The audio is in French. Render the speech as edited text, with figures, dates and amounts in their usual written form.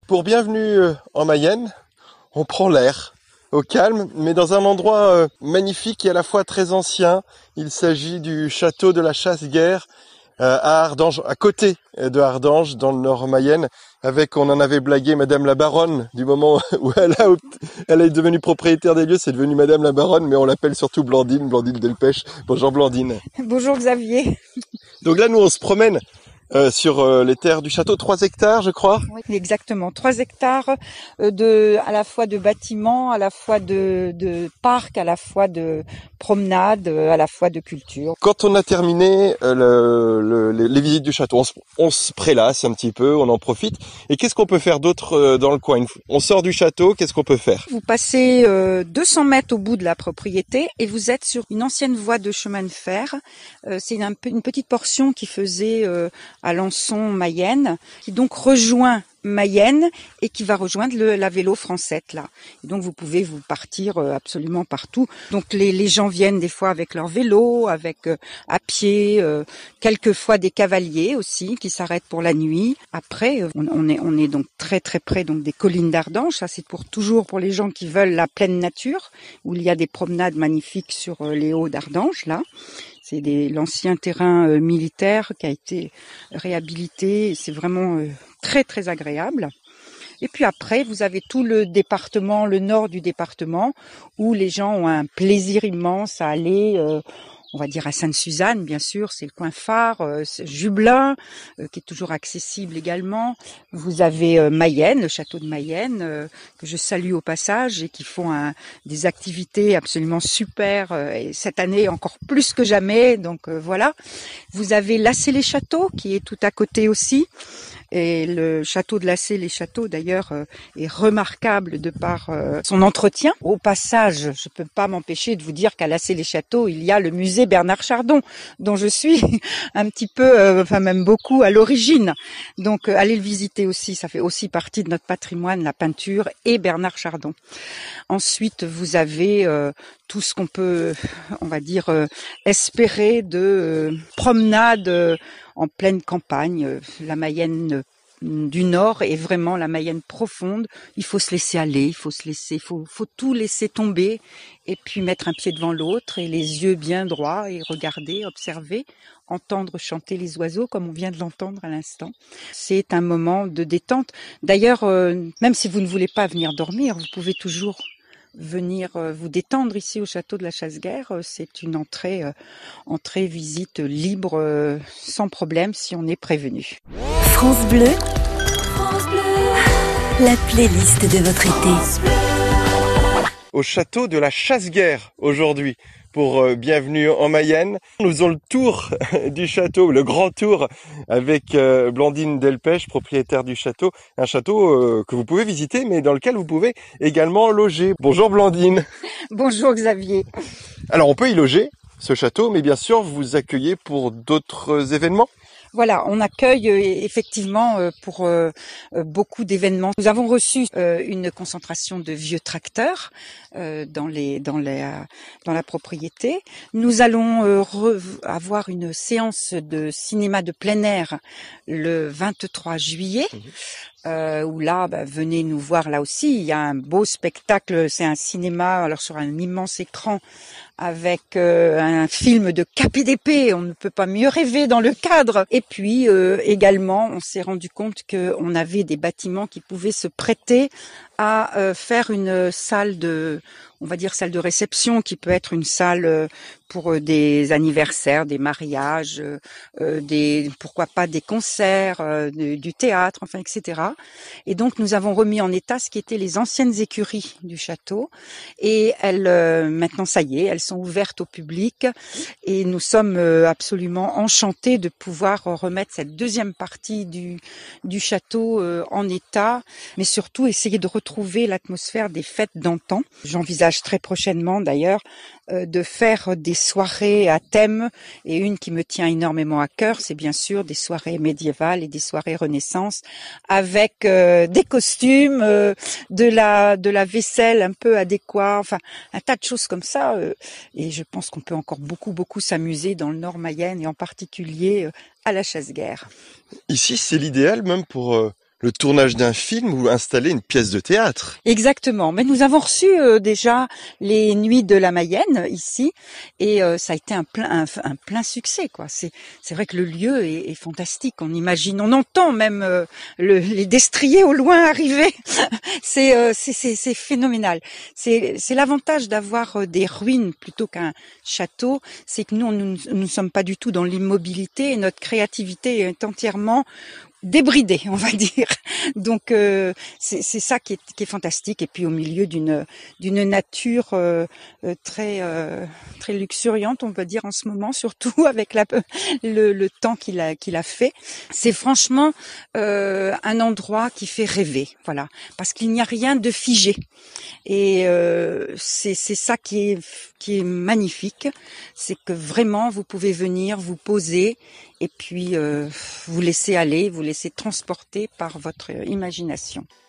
Pour bienvenue en Mayenne, on prend l'air au calme, mais dans un endroit magnifique et à la fois très ancien. Il s'agit du château de la Chasse-Guerre à Ardange, à côté de Ardange, dans le nord Mayenne, avec, on en avait blagué, Madame la Baronne, du moment où elle est devenue propriétaire des lieux, c'est devenu Madame la Baronne, mais on l'appelle surtout Blandine Delpech. Bonjour Blandine. Bonjour Xavier. Donc là, nous, on se promène sur les terres du château, 3 hectares, je crois. Oui, exactement, 3 hectares à la fois de bâtiments, à la fois de parcs, à la fois de promenades, à la fois de culture. Quand on a terminé les visites du château, on se prélasse un petit peu, on en profite. Et qu'est-ce qu'on peut faire d'autre dans le coin? On sort du château, qu'est-ce qu'on peut faire? Vous passez 200 mètres au bout de la propriété et vous êtes sur une ancienne voie de chemin de fer. C'est une petite portion qui faisait Alençon-Mayenne, qui donc rejoint Mayenne et qui va rejoindre la vélo française là. Et donc vous pouvez vous partir absolument partout. Donc les gens viennent des fois avec leur vélo, avec à pied, quelquefois des cavaliers aussi qui s'arrêtent pour la nuit. Après on est donc très très près donc des collines d'Ardange. Ça c'est toujours pour les gens qui veulent la pleine nature, où il y a des promenades magnifiques sur les hauts d'Ardange là. C'est l'ancien terrain militaire qui a été réhabilité. C'est vraiment très très agréable. Et puis après, vous avez tout le département, le nord du département, où les gens ont un plaisir immense à aller, on va dire à Sainte-Suzanne, bien sûr, c'est le coin phare, Jubelin, qui est toujours accessible également. Vous avez Mayenne, le château de Mayenne, que je salue au passage, et qui font des activités absolument super, et cette année encore plus que jamais, donc voilà. Vous avez Lassay-les-Châteaux, qui est tout à côté aussi. Et le château de Lassay-les-Châteaux, d'ailleurs, est remarquable de par son entretien. Au passage, je ne peux pas m'empêcher de vous dire qu'à Lassay-les-Châteaux, il y a le musée Bernard Chardon, dont je suis un petit peu, enfin même beaucoup à l'origine. Donc, allez le visiter aussi, ça fait aussi partie de notre patrimoine, la peinture et Bernard Chardon. Ensuite, vous avez tout ce qu'on peut, on va dire, espérer de promenade en pleine campagne. La Mayenne du Nord est vraiment la Mayenne profonde. Il faut se laisser aller, il faut tout laisser tomber et puis mettre un pied devant l'autre et les yeux bien droits et regarder, observer, entendre chanter les oiseaux comme on vient de l'entendre à l'instant. C'est un moment de détente. D'ailleurs, même si vous ne voulez pas venir dormir, vous pouvez toujours venir vous détendre ici au château de la Chasse-Guerre. C'est une entrée visite libre sans problème si on est prévenu. France Bleu, la playlist de votre été. Au château de la Chasse-Guerre aujourd'hui pour Bienvenue en Mayenne. Nous faisons le tour du château, le grand tour avec Blandine Delpech, propriétaire du château. Un château que vous pouvez visiter mais dans lequel vous pouvez également loger. Bonjour Blandine. Bonjour Xavier. Alors on peut y loger, ce château, mais bien sûr vous accueillez pour d'autres événements. Voilà, on accueille effectivement pour beaucoup d'événements. Nous avons reçu une concentration de vieux tracteurs dans la propriété. Nous allons avoir une séance de cinéma de plein air le 23 juillet. Où là, venez nous voir là aussi. Il y a un beau spectacle, c'est un cinéma alors sur un immense écran avec un film de KPDP. On ne peut pas mieux rêver dans le cadre. Et puis également, on s'est rendu compte qu'on avait des bâtiments qui pouvaient se prêter à faire une salle on va dire salle de réception, qui peut être une salle pour des anniversaires, des mariages, pourquoi pas des concerts, du théâtre, enfin etc. Et donc nous avons remis en état ce qui étaient les anciennes écuries du château, et elles maintenant ça y est, elles sont ouvertes au public, et nous sommes absolument enchantés de pouvoir remettre cette deuxième partie du château en état, mais surtout essayer de retrouver l'atmosphère des fêtes d'antan. J'envisage très prochainement d'ailleurs de faire des soirées à thème, et une qui me tient énormément à cœur, c'est bien sûr des soirées médiévales et des soirées Renaissance avec des costumes, de la vaisselle un peu adéquat, enfin un tas de choses comme ça, et je pense qu'on peut encore beaucoup s'amuser dans le Nord Mayenne et en particulier à la Chasse-Guerre. Ici c'est l'idéal même pour le tournage d'un film ou installer une pièce de théâtre. Exactement. Mais nous avons reçu déjà les Nuits de la Mayenne ici, et ça a été un plein succès, quoi. C'est vrai que le lieu est fantastique. On imagine, on entend même les destriers au loin arriver. C'est phénoménal. C'est l'avantage d'avoir des ruines plutôt qu'un château, c'est que nous ne sommes pas du tout dans l'immobilité et notre créativité est entièrement débridée, on va dire. Donc c'est ça qui est fantastique, et puis au milieu d'une nature très luxuriante, on peut dire en ce moment, surtout avec le temps qu'il a fait. C'est franchement un endroit qui fait rêver, voilà, parce qu'il n'y a rien de figé, et c'est ça qui est magnifique, c'est que vraiment vous pouvez venir vous poser et puis vous laisser aller, vous laisser transporter par votre imagination.